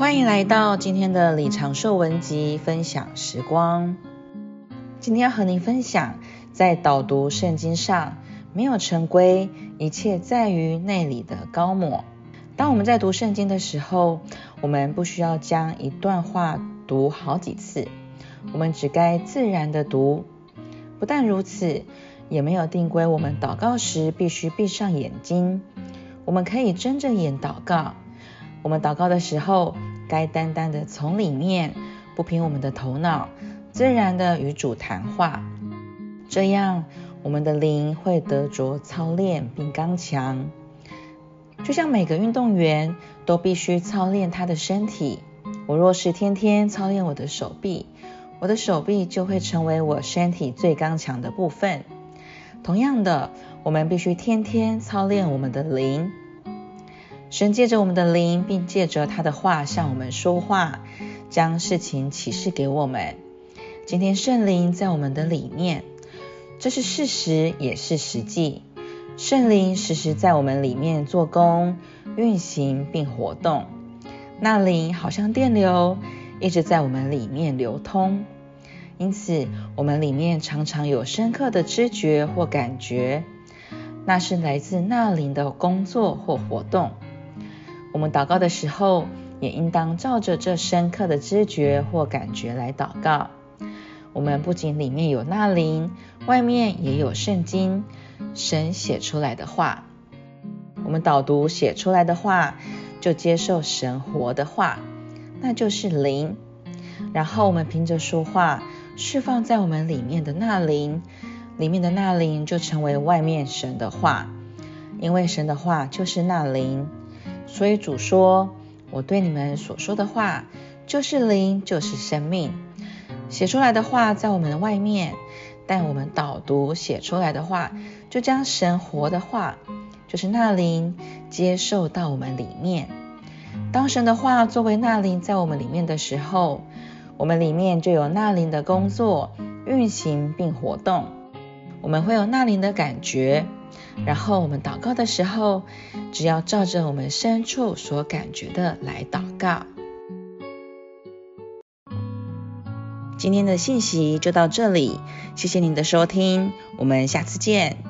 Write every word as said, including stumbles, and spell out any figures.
欢迎来到今天的李长寿文集分享时光。今天要和您分享，在导读圣经上没有成规，一切在于内里的高抹。当我们在读圣经的时候，我们不需要将一段话读好几次，我们只该自然的读。不但如此，也没有定规我们祷告时必须闭上眼睛，我们可以睁着眼祷告。我们祷告的时候，该单单的从里面，不凭我们的头脑，自然的与主谈话。这样，我们的灵会得着操练并刚强。就像每个运动员都必须操练他的身体，我若是天天操练我的手臂，我的手臂就会成为我身体最刚强的部分。同样的，我们必须天天操练我们的灵。神借着我们的灵，并借着他的话向我们说话，将事情启示给我们。今天圣灵在我们的里面，这是事实，也是实际。圣灵时时在我们里面做工、运行并活动，那灵好像电流，一直在我们里面流通。因此，我们里面常常有深刻的知觉或感觉，那是来自那灵的工作或活动。我们祷告的时候，也应当照着这深刻的知觉或感觉来祷告。我们不仅里面有那灵，外面也有圣经，神写出来的话。我们导读写出来的话，就接受神活的话，那就是灵。然后我们凭着说话，释放在我们里面的那灵，里面的那灵就成为外面神的话，因为神的话就是那灵。所以主说，我对你们所说的话，就是灵，就是生命。写出来的话在我们的外面，但我们导读写出来的话，就将神活的话，就是那灵，接受到我们里面。当神的话作为那灵在我们里面的时候，我们里面就有那灵的工作、运行并活动。我们会有那灵的感觉，然后我们祷告的时候，只要照着我们深处所感觉的来祷告。今天的信息就到这里，谢谢您的收听，我们下次见。